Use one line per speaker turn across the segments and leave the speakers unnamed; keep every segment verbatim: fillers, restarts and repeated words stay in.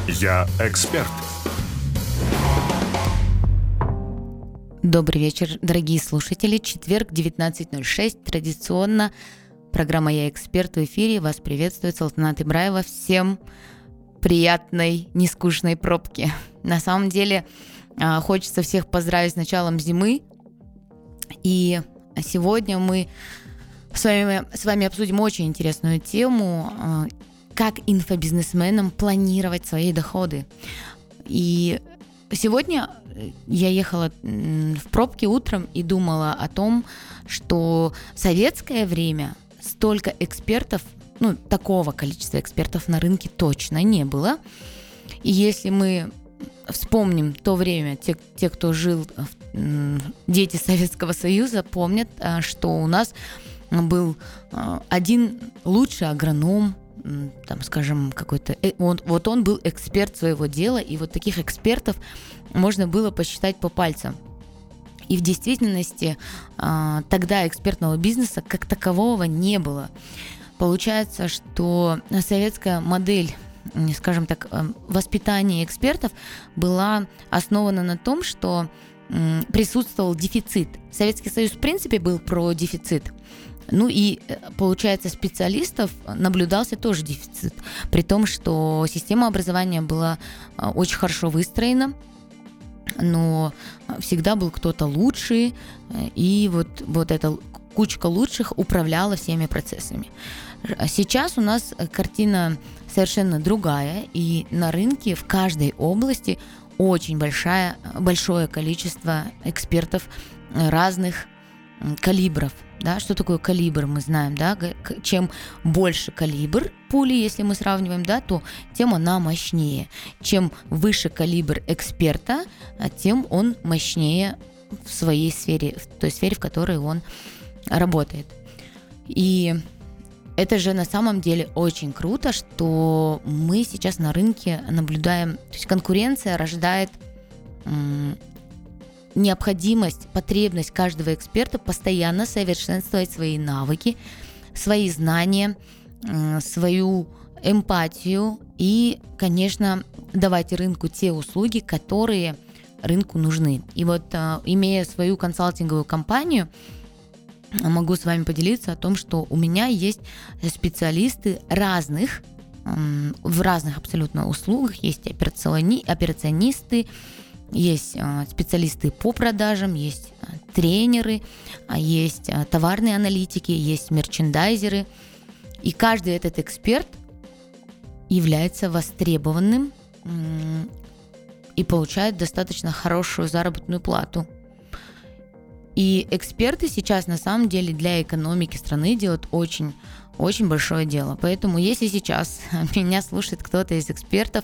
Я эксперт.
Добрый вечер, дорогие слушатели. Четверг, девятнадцать ноль шесть. Традиционно программа «Я эксперт» в эфире. Вас приветствует Салтанат Ибраева. Всем приятной, нескучной пробки. На самом деле, хочется всех поздравить с началом зимы. И сегодня мы с вами, с вами обсудим очень интересную тему, как инфобизнесменам планировать свои доходы. И сегодня я ехала в пробке утром и думала о том, что в советское время столько экспертов, ну, такого количества экспертов на рынке точно не было. И если мы вспомним то время, те, те кто жил, дети Советского Союза, помнят, что у нас был один лучший агроном, там, скажем, какой-то, он, вот он был эксперт своего дела, и вот таких экспертов можно было посчитать по пальцам. И в действительности тогда экспертного бизнеса как такового не было. Получается, что советская модель, скажем так, воспитания экспертов была основана на том, что присутствовал дефицит. Советский Союз, в принципе, был про дефицит. Ну и, получается, специалистов наблюдался тоже дефицит, при том, что система образования была очень хорошо выстроена, но всегда был кто-то лучший, и вот, вот эта кучка лучших управляла всеми процессами. Сейчас у нас картина совершенно другая, и на рынке в каждой области очень большая, большое количество экспертов разных калибров. Да, что такое калибр, мы знаем, да, чем больше калибр пули, если мы сравниваем, да, то тем она мощнее. Чем выше калибр эксперта, тем он мощнее в своей сфере, в той сфере, в которой он работает. И это же на самом деле очень круто, что мы сейчас на рынке наблюдаем, то есть конкуренция рождает м- необходимость, потребность каждого эксперта постоянно совершенствовать свои навыки, свои знания, свою эмпатию и, конечно, давать рынку те услуги, которые рынку нужны. И вот, имея свою консалтинговую компанию, могу с вами поделиться о том, что у меня есть специалисты разных, в разных абсолютно услугах. Есть операциони, операционисты, есть специалисты по продажам, есть тренеры, есть товарные аналитики, есть мерчендайзеры. И каждый этот эксперт является востребованным и получает достаточно хорошую заработную плату. И эксперты сейчас на самом деле для экономики страны делают очень, очень большое дело. Поэтому если сейчас меня слушает кто-то из экспертов,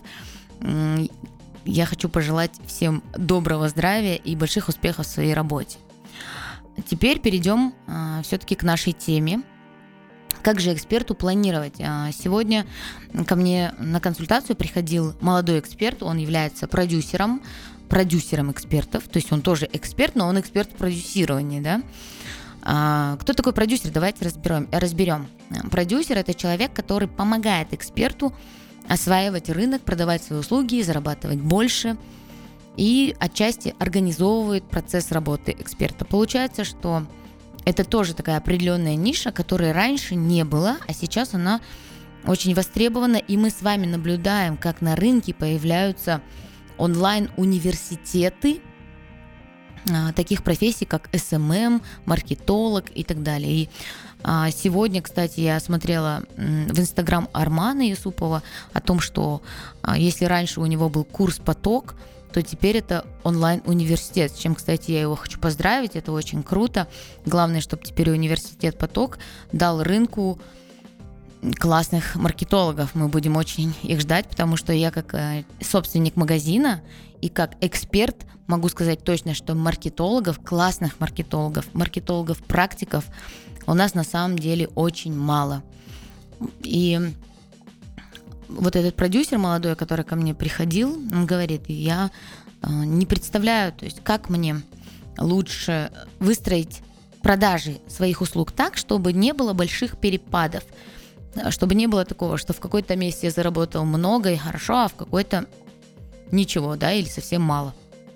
я хочу пожелать всем доброго здравия и больших успехов в своей работе. Теперь перейдем э, все-таки к нашей теме. Как же эксперту планировать? Сегодня ко мне на консультацию приходил молодой эксперт, он является продюсером, продюсером экспертов, то есть он тоже эксперт, но он эксперт в продюсировании, да? А, кто такой продюсер? Давайте разберем, разберем. Продюсер – это человек, который помогает эксперту осваивать рынок, продавать свои услуги, зарабатывать больше и отчасти организовывает процесс работы эксперта. Получается, что это тоже такая определенная ниша, которой раньше не было, а сейчас она очень востребована, и мы с вами наблюдаем, как на рынке появляются онлайн-университеты таких профессий, как эс эм эм, маркетолог и так далее. И а, сегодня, кстати, я смотрела в Инстаграм Армана Юсупова о том, что а, если раньше у него был курс «Поток», то теперь это онлайн-университет, с чем, кстати, я его хочу поздравить, это очень круто. Главное, чтобы теперь университет «Поток» дал рынку классных маркетологов. Мы будем очень их ждать, потому что я как собственник магазина и как эксперт могу сказать точно, что маркетологов, классных маркетологов, маркетологов-практиков у нас на самом деле очень мало. И вот этот продюсер молодой, который ко мне приходил, он говорит, я не представляю, то есть как мне лучше выстроить продажи своих услуг так, чтобы не было больших перепадов. чтобы не было такого, что в какой-то месяц я заработал много и хорошо, а в какой-то ничего, да, или совсем мало.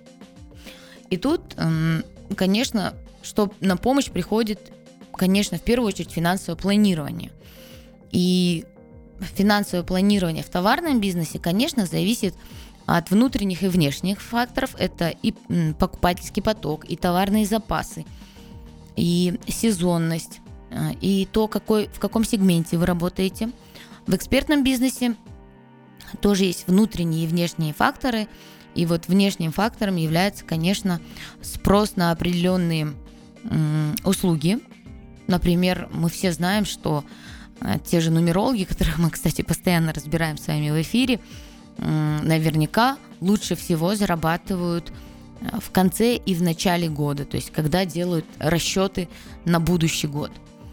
И тут, конечно, что на помощь приходит, конечно, в первую очередь финансовое планирование. И финансовое планирование в товарном бизнесе, конечно, зависит от внутренних и внешних факторов. Это и покупательский поток, и товарные запасы, и сезонность, и то, какой, в каком сегменте вы работаете. В экспертном бизнесе тоже есть внутренние и внешние факторы. И вот внешним фактором является, конечно, спрос на определенные м, услуги. Например, мы все знаем, что э, те же нумерологи, которых мы, кстати, постоянно разбираем с вами в эфире, э, наверняка лучше всего зарабатывают э, в конце и в начале года, то есть когда делают расчеты на будущий год.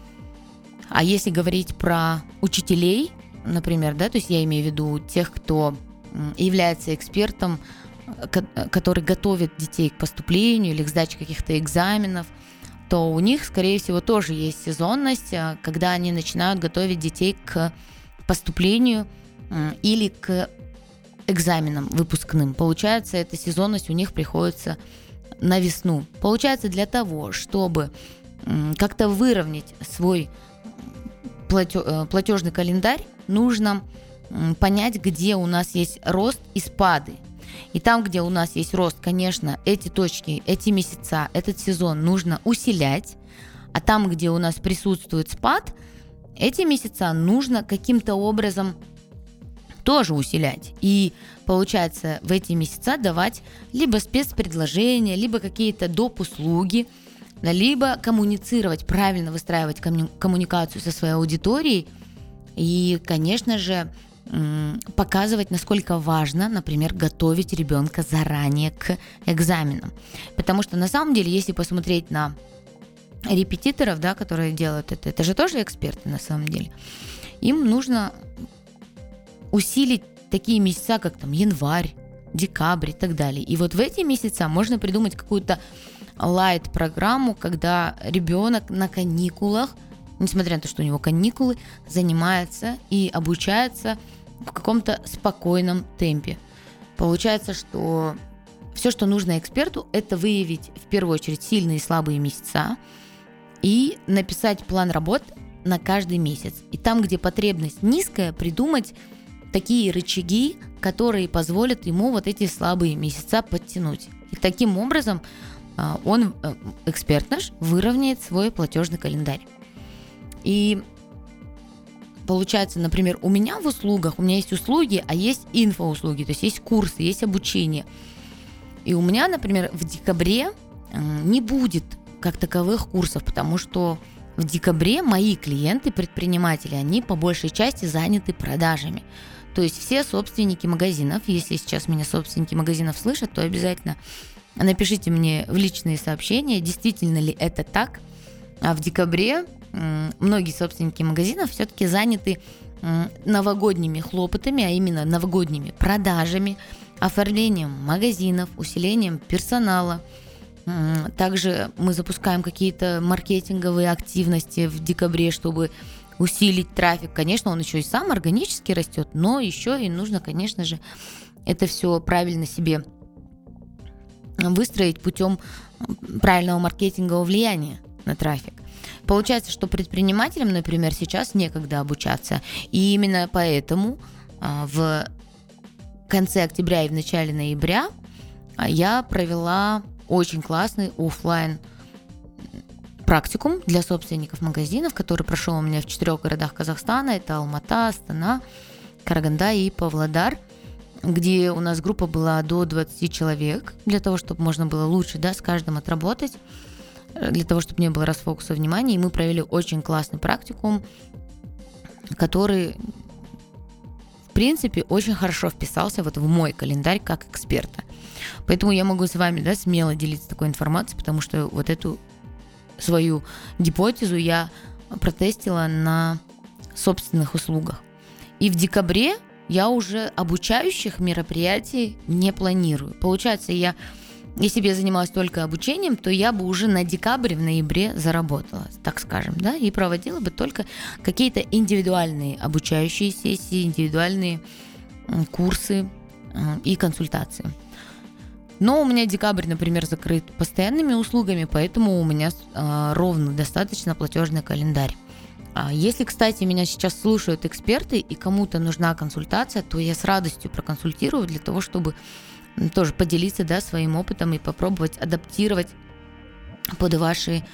А если говорить про учителей, например, да, то есть я имею в виду тех, кто является экспертом, который готовит детей к поступлению или к сдаче каких-то экзаменов, то у них, скорее всего, тоже есть сезонность, когда они начинают готовить детей к поступлению или к экзаменам выпускным. Получается, эта сезонность у них приходится на весну. Получается, для того, чтобы как-то выровнять свой платежный календарь, нужно понять, где у нас есть рост и спады. И там, где у нас есть рост, конечно, эти точки, эти месяца, этот сезон нужно усилять. А там, где у нас присутствует спад, эти месяца нужно каким-то образом тоже усилять. И получается, в эти месяца давать либо спецпредложения, либо какие-то доп. Услуги, либо коммуницировать, правильно выстраивать комму- коммуникацию со своей аудиторией. И, конечно же, показывать, насколько важно, например, готовить ребенка заранее к экзаменам. Потому что на самом деле, если посмотреть на репетиторов, да, которые делают это, это же тоже эксперты на самом деле, им нужно усилить такие месяца, как там январь, декабрь и так далее. И вот в эти месяца можно придумать какую-то лайт-программу, когда ребенок на каникулах, несмотря на то, что у него каникулы, занимается и обучается в каком-то спокойном темпе. Получается, что все, что нужно эксперту, это выявить в первую очередь сильные и слабые месяца и написать план работ на каждый месяц. И там, где потребность низкая, придумать такие рычаги, которые позволят ему вот эти слабые месяца подтянуть. И таким образом он, эксперт наш, выровняет свой платежный календарь. И получается, например, у меня в услугах, у меня есть услуги, а есть инфоуслуги, то есть есть курсы, есть обучение. И у меня, например, в декабре не будет как таковых курсов, потому что в декабре мои клиенты, предприниматели, они по большей части заняты продажами. То есть все собственники магазинов, если сейчас меня собственники магазинов слышат, то обязательно напишите мне в личные сообщения, действительно ли это так. А в декабре многие собственники магазинов все-таки заняты новогодними хлопотами, а именно новогодними продажами, оформлением магазинов, усилением персонала. Также мы запускаем какие-то маркетинговые активности в декабре, чтобы усилить трафик. Конечно, он еще и сам органически растет, но еще и нужно, конечно же, это все правильно себе выстроить путем правильного маркетингового влияния на трафик. Получается, что предпринимателям, например, сейчас некогда обучаться. И именно поэтому в конце октября и в начале ноября я провела очень классный офлайн практикум для собственников магазинов, который прошел у меня в четырех городах Казахстана. Это Алмата, Астана, Караганда и Павлодар, где у нас группа была до двадцати человек, для того, чтобы можно было лучше, да, с каждым отработать, для того, чтобы не было расфокуса внимания. И мы провели очень классный практикум, который, в принципе, очень хорошо вписался вот в мой календарь как эксперта. Поэтому я могу с вами, да, смело делиться такой информацией, потому что вот эту свою гипотезу я протестила на собственных услугах. И в декабре я уже обучающих мероприятий не планирую. Получается, я если бы я занималась только обучением, то я бы уже на декабре, в ноябре заработала, так скажем, да, и проводила бы только какие-то индивидуальные обучающие сессии, индивидуальные курсы и консультации. Но у меня декабрь, например, закрыт постоянными услугами, поэтому у меня э, ровно достаточно платежный календарь. А если, кстати, меня сейчас слушают эксперты и кому-то нужна консультация, то я с радостью проконсультирую для того, чтобы тоже поделиться, да, своим опытом и попробовать адаптировать под ваши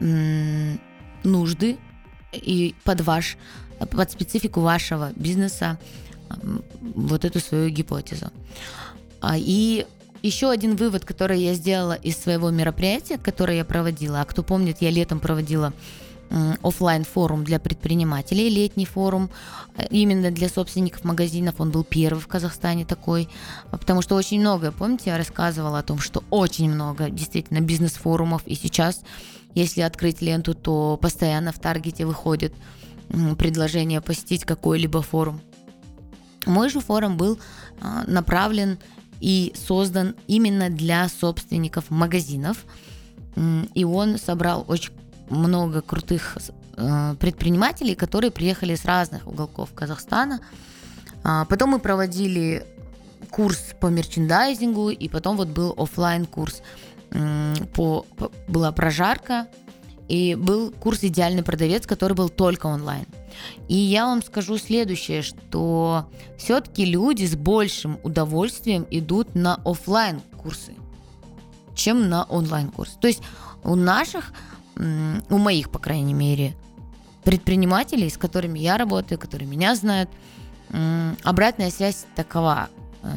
м- нужды и под ваш, под специфику вашего бизнеса м- вот эту свою гипотезу. А, и еще один вывод, который я сделала из своего мероприятия, которое я проводила, а кто помнит, я летом проводила офлайн форум для предпринимателей, летний форум именно для собственников магазинов, он был первый в Казахстане такой, потому что очень много, помните, я рассказывала о том, что очень много действительно бизнес-форумов, и сейчас, если открыть ленту, то постоянно в таргете выходит предложение посетить какой-либо форум. Мой же форум был направлен и создан именно для собственников магазинов, и он собрал очень много крутых э, предпринимателей, которые приехали с разных уголков Казахстана. А потом мы проводили курс по мерчендайзингу, и потом вот был офлайн курс э, по, по была прожарка, и был курс «Идеальный продавец», который был только онлайн. И я вам скажу следующее, что все-таки люди с большим удовольствием идут на офлайн курсы, чем на онлайн курсы. То есть у наших у моих, по крайней мере, предпринимателей, с которыми я работаю, которые меня знают, обратная связь такова,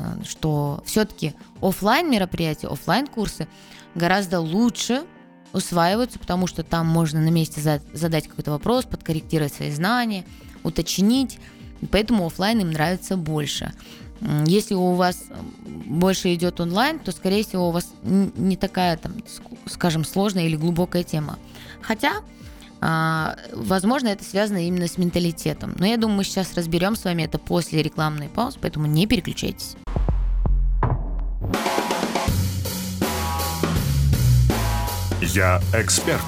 что все-таки офлайн мероприятия, офлайн курсы гораздо лучше усваиваются, потому что там можно на месте задать какой-то вопрос, подкорректировать свои знания, уточнить, и поэтому офлайн им нравится больше. Если у вас больше идет онлайн, то, скорее всего, у вас не такая, там, скажем, сложная или глубокая тема. Хотя, возможно, это связано именно с менталитетом. Но я думаю, мы сейчас разберем с вами это после рекламной паузы, поэтому не переключайтесь.
Я эксперт.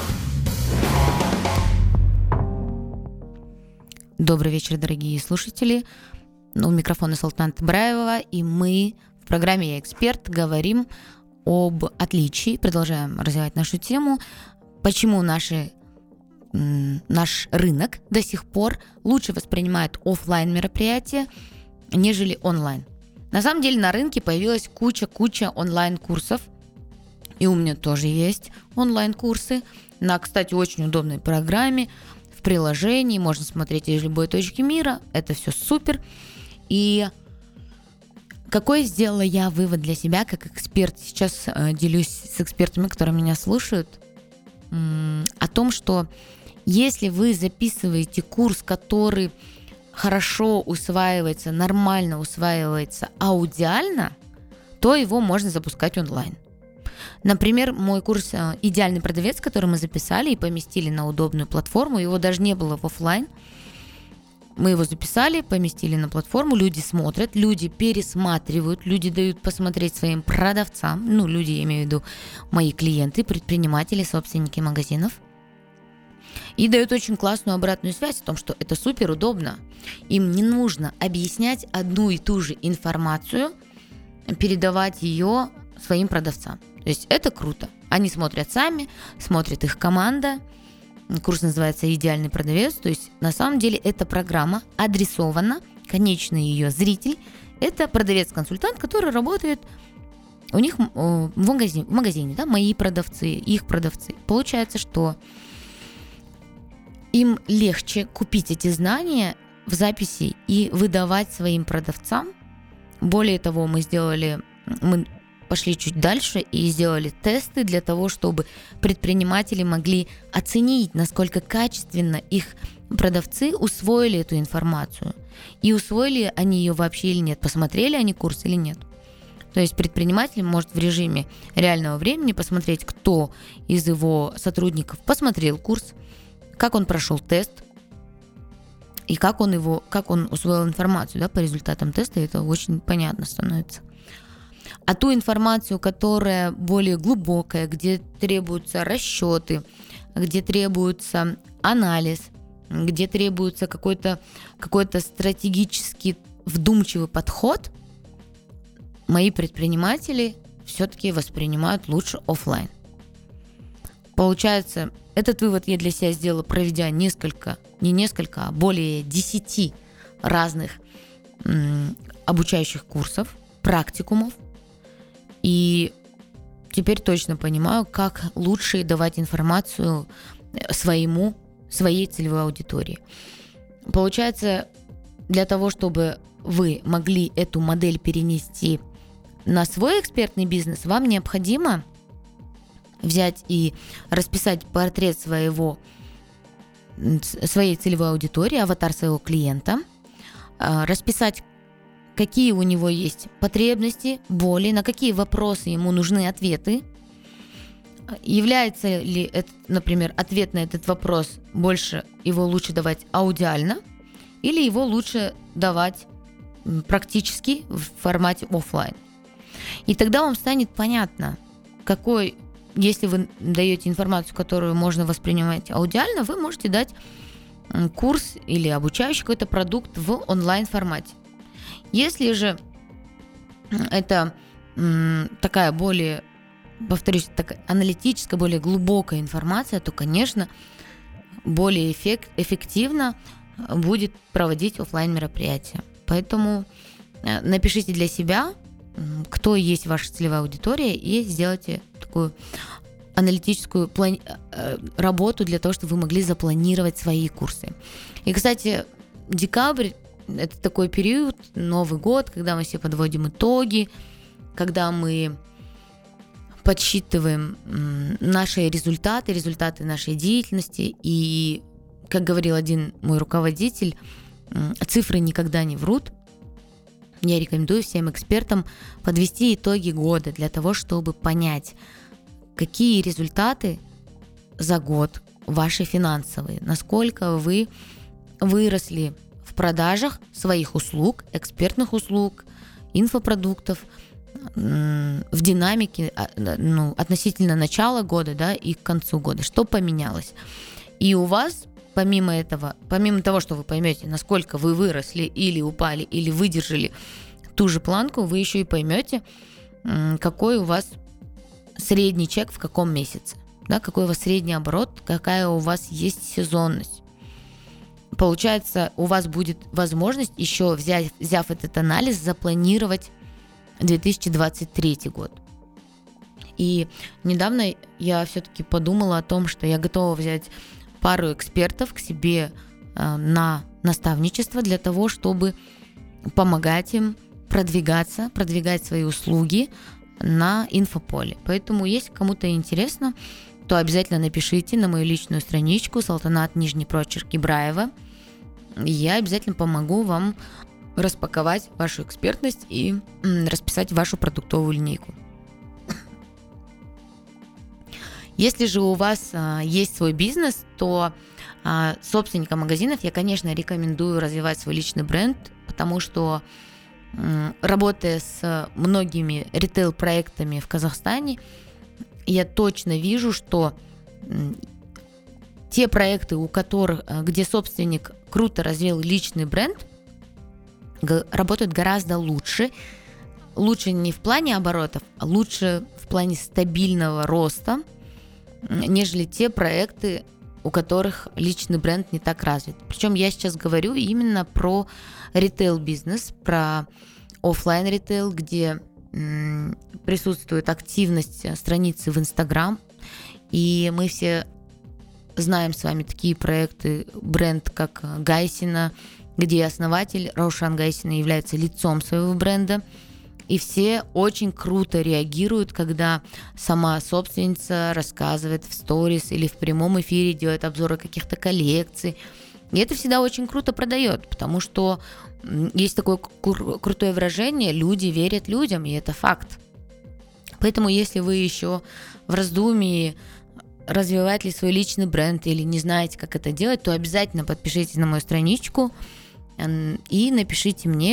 Добрый вечер, дорогие слушатели. У микрофона Салтанат Ибраева, и мы в программе «Я эксперт» говорим об отличии, продолжаем развивать нашу тему, почему наши, наш рынок до сих пор лучше воспринимает офлайн мероприятия, нежели онлайн. На самом деле на рынке появилась куча-куча онлайн-курсов, и у меня тоже есть онлайн-курсы на, кстати, очень удобной программе, в приложении, можно смотреть из любой точки мира, это все супер. И какой сделала я вывод для себя как эксперт? Сейчас э, делюсь с экспертами, которые меня слушают, м- о том, что если вы записываете курс, который хорошо усваивается, нормально усваивается аудиально, то его можно запускать онлайн. Например, мой курс «Идеальный продавец», который мы записали и поместили на удобную платформу, его даже не было в офлайн. Мы его записали, поместили на платформу, люди смотрят, люди пересматривают, люди дают посмотреть своим продавцам, ну, люди, я имею в виду мои клиенты, предприниматели, собственники магазинов, и дают очень классную обратную связь о том, что это супер удобно. Им не нужно объяснять одну и ту же информацию, передавать ее своим продавцам. То есть это круто. Они смотрят сами, смотрит их команда. Курс называется «Идеальный продавец». То есть на самом деле эта программа адресована, конечный ее зритель – это продавец-консультант, который работает у них в магазине, в магазине, да, мои продавцы, их продавцы. Получается, что им легче купить эти знания в записи и выдавать своим продавцам. Более того, мы сделали, мы пошли чуть дальше и сделали тесты для того, чтобы предприниматели могли оценить, насколько качественно их продавцы усвоили эту информацию. И усвоили они ее вообще или нет, посмотрели они курс или нет. То есть предприниматель может в режиме реального времени посмотреть, кто из его сотрудников посмотрел курс, как он прошел тест и как он, его, как он усвоил информацию, да, по результатам теста. Это очень понятно становится. А ту информацию, которая более глубокая, где требуются расчеты, где требуется анализ, где требуется какой-то, какой-то стратегический вдумчивый подход, мои предприниматели все-таки воспринимают лучше офлайн. Получается, этот вывод я для себя сделала, проведя несколько, не несколько, а более десяти разных м, обучающих курсов, практикумов. И теперь точно понимаю, как лучше давать информацию своему, своей целевой аудитории. Получается, для того, чтобы вы могли эту модель перенести на свой экспертный бизнес, вам необходимо взять и расписать портрет своего, своей целевой аудитории, аватар своего клиента, расписать, какие у него есть потребности, боли, на какие вопросы ему нужны ответы, является ли, это, например, ответ на этот вопрос больше, его лучше давать аудиально, или его лучше давать практически в формате офлайн. И тогда вам станет понятно, какой, если вы даете информацию, которую можно воспринимать аудиально, вы можете дать курс или обучающий какой-то продукт в онлайн формате. Если же это м, такая более, повторюсь, такая аналитическая, более глубокая информация, то, конечно, более эффект, эффективно будет проводить офлайн мероприятия. Поэтому напишите для себя, кто есть ваша целевая аудитория, и сделайте такую аналитическую плани- работу для того, чтобы вы могли запланировать свои курсы. И, кстати, декабрь – это такой период, Новый год, когда мы все подводим итоги, когда мы подсчитываем наши результаты, результаты нашей деятельности. И, как говорил один мой руководитель, цифры никогда не врут. Я рекомендую всем экспертам подвести итоги года для того, чтобы понять, какие результаты за год ваши финансовые, насколько вы выросли в продажах своих услуг, экспертных услуг, инфопродуктов, в динамике, ну, относительно начала года, да, и к концу года, что поменялось. И у вас, помимо этого, помимо того, что вы поймете, насколько вы выросли или упали, или выдержали ту же планку, вы еще и поймете, какой у вас средний чек в каком месяце, да, какой у вас средний оборот, какая у вас есть сезонность. Получается, у вас будет возможность еще, взяв, взяв этот анализ, запланировать две тысячи двадцать третий год. И недавно я все-таки подумала о том, что я готова взять пару экспертов к себе э, на наставничество для того, чтобы помогать им продвигаться, продвигать свои услуги на инфополе. Поэтому, если кому-то интересно, то обязательно напишите на мою личную страничку Салтанат, нижний прочерк, Ибраева. Я обязательно помогу вам распаковать вашу экспертность и м, расписать вашу продуктовую линейку. Если же у вас а, есть свой бизнес, то а, собственникам магазинов я, конечно, рекомендую развивать свой личный бренд, потому что, м, работая с многими ритейл-проектами в Казахстане, я точно вижу, что м, те проекты, у которых, где собственник круто развил личный бренд, г- работают гораздо лучше. Лучше не в плане оборотов, а лучше в плане стабильного роста, нежели те проекты, у которых личный бренд не так развит. Причем я сейчас говорю именно про ритейл-бизнес, про офлайн-ритейл, где м, присутствует активность страницы в Инстаграм. И мы все знаем с вами такие проекты, бренд как Гайсина, где основатель Раушан Гайсина является лицом своего бренда. И все очень круто реагируют, когда сама собственница рассказывает в сторис или в прямом эфире, делает обзоры каких-то коллекций. И это всегда очень круто продает, потому что есть такое кру- крутое выражение: люди верят людям, и это факт. Поэтому если вы еще в раздумии, развивать ли свой личный бренд или не знаете, как это делать, то обязательно подпишитесь на мою страничку и напишите мне,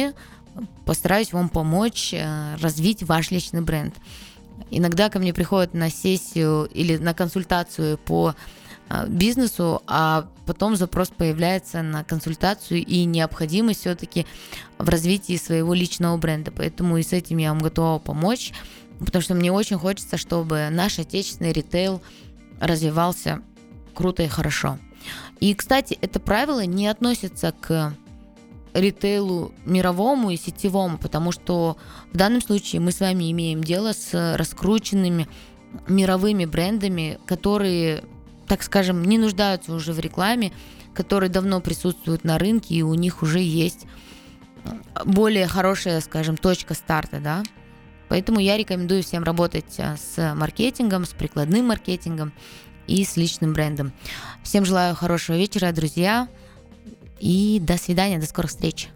постараюсь вам помочь развить ваш личный бренд. Иногда ко мне приходят на сессию или на консультацию по бизнесу, а потом запрос появляется на консультацию и необходимость все-таки в развитии своего личного бренда. Поэтому и с этим я вам готова помочь, потому что мне очень хочется, чтобы наш отечественный ритейл развивался круто и хорошо. И, кстати, это правило не относится к ритейлу мировому и сетевому, потому что в данном случае мы с вами имеем дело с раскрученными мировыми брендами, которые, так скажем, не нуждаются уже в рекламе, которые давно присутствуют на рынке, и у них уже есть более хорошая, скажем, точка старта, да. Поэтому я рекомендую всем работать с маркетингом, с прикладным маркетингом и с личным брендом. Всем желаю хорошего вечера, друзья, и до свидания, до скорых встреч.